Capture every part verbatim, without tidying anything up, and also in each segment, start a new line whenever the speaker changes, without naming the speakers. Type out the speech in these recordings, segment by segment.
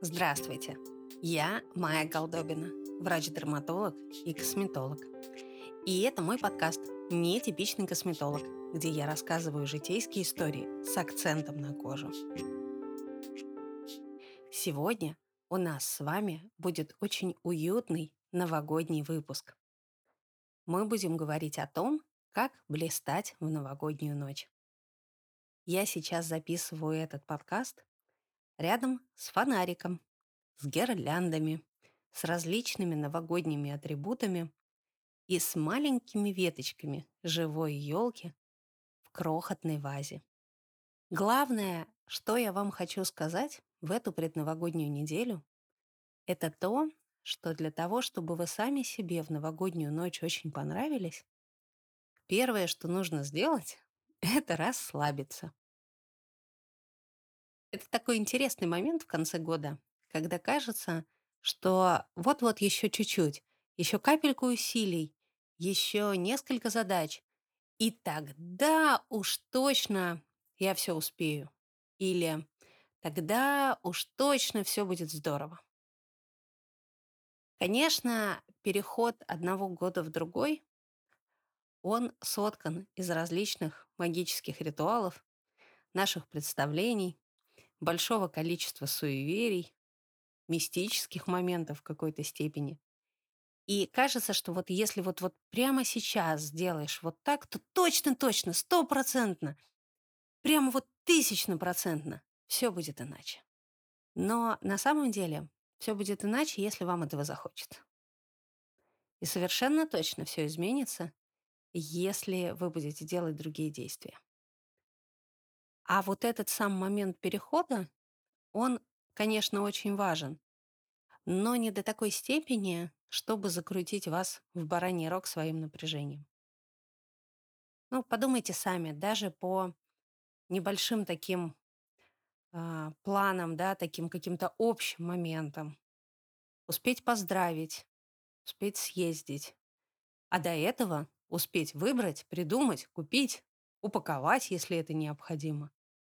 Здравствуйте! Я Майя Голдобина, врач-дерматолог и косметолог. И это мой подкаст «Нетипичный косметолог», где я рассказываю житейские истории с акцентом на кожу. Сегодня у нас с вами будет очень уютный новогодний выпуск. Мы будем говорить о том, как блистать в новогоднюю ночь. Я сейчас записываю этот подкаст рядом с фонариком, с гирляндами, с различными новогодними атрибутами и с маленькими веточками живой елки в крохотной вазе. Главное, что я вам хочу сказать в эту предновогоднюю неделю, это то, что для того, чтобы вы сами себе в новогоднюю ночь очень понравились, первое, что нужно сделать, это расслабиться. Это такой интересный момент в конце года, когда кажется, что вот-вот еще чуть-чуть, еще капельку усилий, еще несколько задач, и тогда уж точно я все успею. Или тогда уж точно все будет здорово. Конечно, переход одного года в другой, он соткан из различных магических ритуалов, наших представлений, большого количества суеверий, мистических моментов в какой-то степени. И кажется, что вот если вот, вот прямо сейчас сделаешь вот так, то точно-точно, стопроцентно, прямо вот тысячно-процентно все будет иначе. Но на самом деле все будет иначе, если вам этого захочется. И совершенно точно все изменится, если вы будете делать другие действия. А вот этот сам момент перехода, он, конечно, очень важен, но не до такой степени, чтобы закрутить вас в бараний рог своим напряжением. Ну, подумайте сами, даже по небольшим таким а, планам, да, таким каким-то общим моментам. Успеть поздравить, успеть съездить. А до этого успеть выбрать, придумать, купить, упаковать, если это необходимо.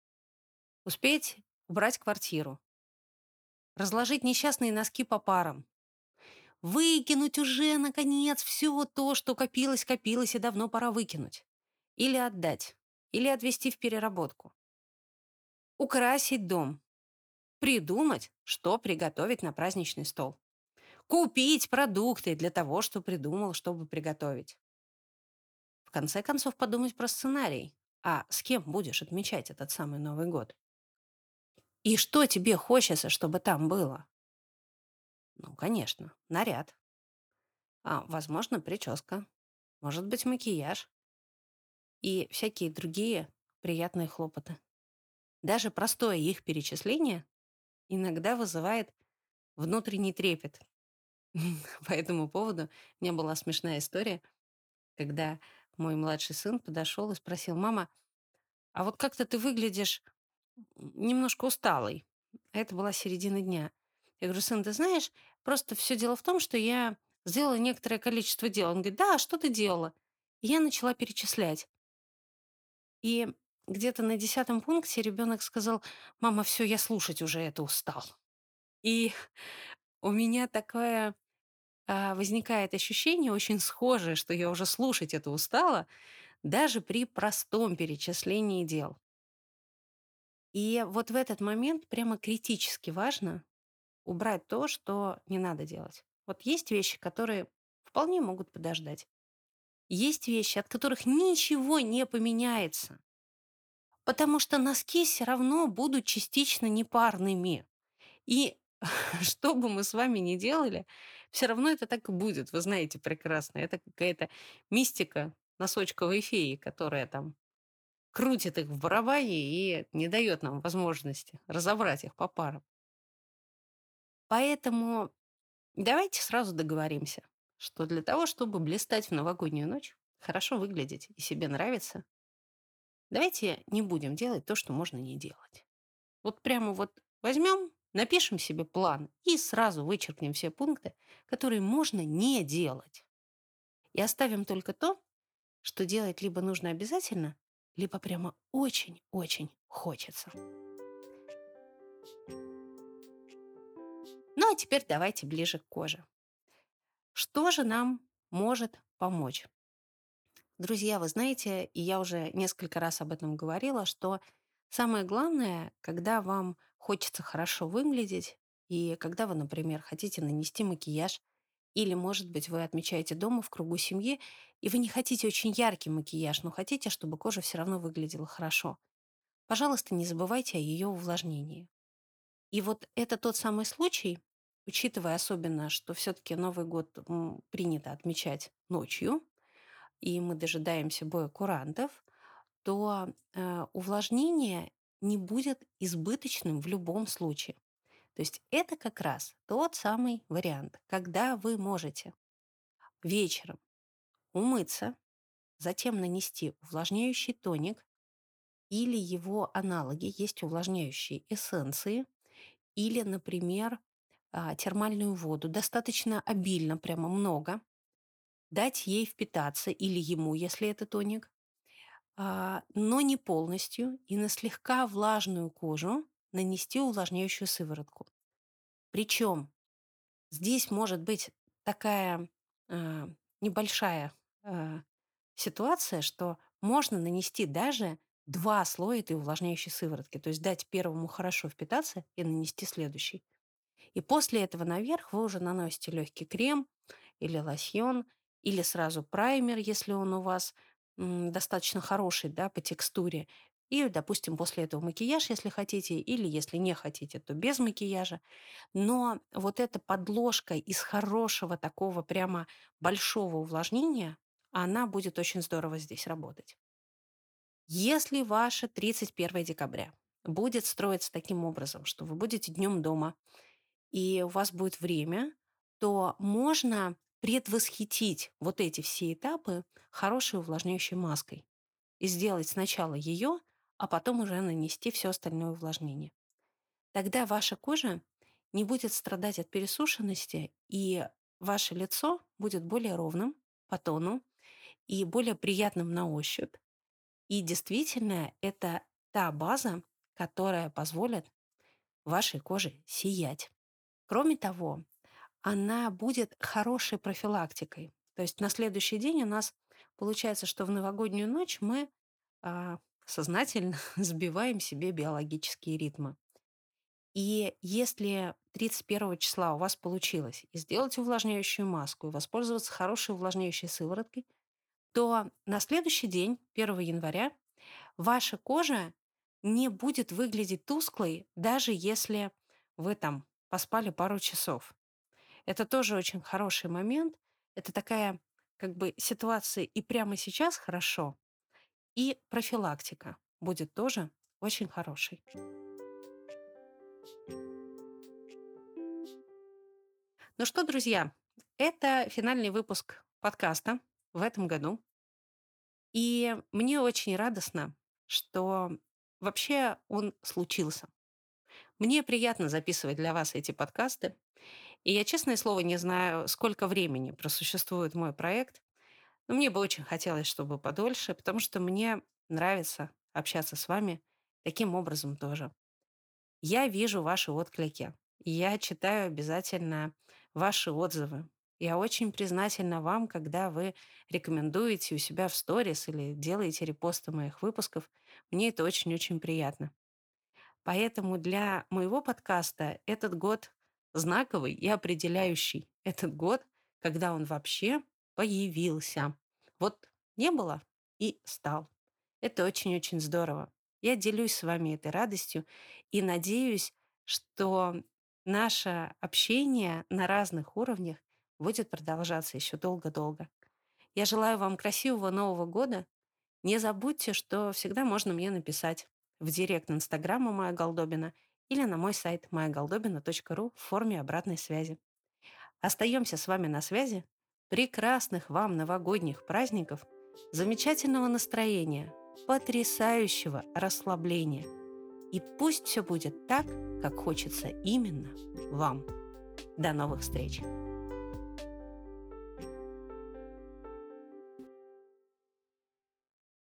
Успеть убрать квартиру, разложить несчастные носки по парам, выкинуть уже, наконец, все то, что копилось, копилось, и давно пора выкинуть. Или отдать, или отвезти в переработку. Украсить дом, придумать, что приготовить на праздничный стол. Купить продукты для того, что придумал, чтобы приготовить. В конце концов, подумать про сценарий. А с кем будешь отмечать этот самый Новый год? И что тебе хочется, чтобы там было? Ну, конечно, наряд. А, возможно, прическа. Может быть, макияж. И всякие другие приятные хлопоты. Даже простое их перечисление иногда вызывает внутренний трепет. По этому поводу у меня была смешная история, когда мой младший сын подошел и спросил: «Мама, а вот как-то ты выглядишь немножко усталой». А это была середина дня. Я говорю: «Сын, ты знаешь, просто все дело в том, что я сделала некоторое количество дел». Он говорит: «Да, а что ты делала?» И я начала перечислять. И где-то на десятом пункте ребенок сказал: «Мама, все, я слушать уже это устал». И у меня такое а, возникает ощущение очень схожее, что я уже слушать это устала, даже при простом перечислении дел. И вот в этот момент прямо критически важно убрать то, что не надо делать. Вот есть вещи, которые вполне могут подождать. Есть вещи, от которых ничего не поменяется, потому что носки все равно будут частично непарными. И что бы мы с вами ни делали, все равно это так и будет. Вы знаете прекрасно, это какая-то мистика носочковой феи, которая там крутит их в барабане и не дает нам возможности разобрать их по парам. Поэтому давайте сразу договоримся, что для того, чтобы блистать в новогоднюю ночь, хорошо выглядеть и себе нравиться, давайте не будем делать то, что можно не делать. Вот прямо вот возьмем, напишем себе план и сразу вычеркнем все пункты, которые можно не делать. И оставим только то, что делать либо нужно обязательно, либо прямо очень-очень хочется. Ну а теперь давайте ближе к коже. Что же нам может помочь? Друзья, вы знаете, и я уже несколько раз об этом говорила, что самое главное, когда вам хочется хорошо выглядеть, и когда вы, например, хотите нанести макияж, или, может быть, вы отмечаете дома в кругу семьи, и вы не хотите очень яркий макияж, но хотите, чтобы кожа все равно выглядела хорошо. Пожалуйста, не забывайте о ее увлажнении. И вот это тот самый случай, учитывая особенно, что все-таки Новый год м, принято отмечать ночью, и мы дожидаемся боя курантов, то э, увлажнение не будет избыточным в любом случае. То есть это как раз тот самый вариант, когда вы можете вечером умыться, затем нанести увлажняющий тоник или его аналоги, есть увлажняющие эссенции, или, например, а, термальную воду, достаточно обильно, прямо много, дать ей впитаться или ему, если это тоник, а, но не полностью, и на слегка влажную кожу нанести увлажняющую сыворотку. Причем здесь может быть такая а, небольшая а, ситуация, что можно нанести даже два слоя этой увлажняющей сыворотки, то есть дать первому хорошо впитаться и нанести следующий. И после этого наверх вы уже наносите легкий крем или лосьон, или сразу праймер, если он у вас м, достаточно хороший, да, по текстуре. И, допустим, после этого макияж, если хотите, или если не хотите, то без макияжа. Но вот эта подложка из хорошего такого прямо большого увлажнения, она будет очень здорово здесь работать. Если ваше тридцать первое декабря будет строиться таким образом, что вы будете днем дома, и у вас будет время, то можно предвосхитить вот эти все этапы хорошей увлажняющей маской и сделать сначала ее, а потом уже нанести все остальное увлажнение. Тогда ваша кожа не будет страдать от пересушенности, и ваше лицо будет более ровным по тону и более приятным на ощупь. И действительно, это та база, которая позволит вашей коже сиять. Кроме того, она будет хорошей профилактикой. То есть на следующий день у нас получается, что в новогоднюю ночь мы а, сознательно сбиваем себе биологические ритмы. И если тридцать первого числа у вас получилось и сделать увлажняющую маску, и воспользоваться хорошей увлажняющей сывороткой, то на следующий день, первого января, ваша кожа не будет выглядеть тусклой, даже если вы там поспали пару часов. Это тоже очень хороший момент. Это такая как бы ситуация и прямо сейчас хорошо, и профилактика будет тоже очень хорошей. Ну что, друзья, это финальный выпуск подкаста в этом году. И мне очень радостно, что вообще он случился. Мне приятно записывать для вас эти подкасты. И я, честное слово, не знаю, сколько времени просуществует мой проект. Но мне бы очень хотелось, чтобы подольше, потому что мне нравится общаться с вами таким образом тоже. Я вижу ваши отклики. Я читаю обязательно ваши отзывы. Я очень признательна вам, когда вы рекомендуете у себя в сторис или делаете репосты моих выпусков. Мне это очень-очень приятно. Поэтому для моего подкаста этот год знаковый и определяющий. Этот год, когда он вообще появился. Вот не было и стал. Это очень-очень здорово. Я делюсь с вами этой радостью и надеюсь, что наше общение на разных уровнях будет продолжаться еще долго-долго. Я желаю вам красивого Нового года. Не забудьте, что всегда можно мне написать в директ Инстаграма Майя Голдобина или на мой сайт майя голдобина точка ру в форме обратной связи. Остаемся с вами на связи. Прекрасных вам новогодних праздников, замечательного настроения, потрясающего расслабления. И пусть все будет так, как хочется именно вам. До новых встреч!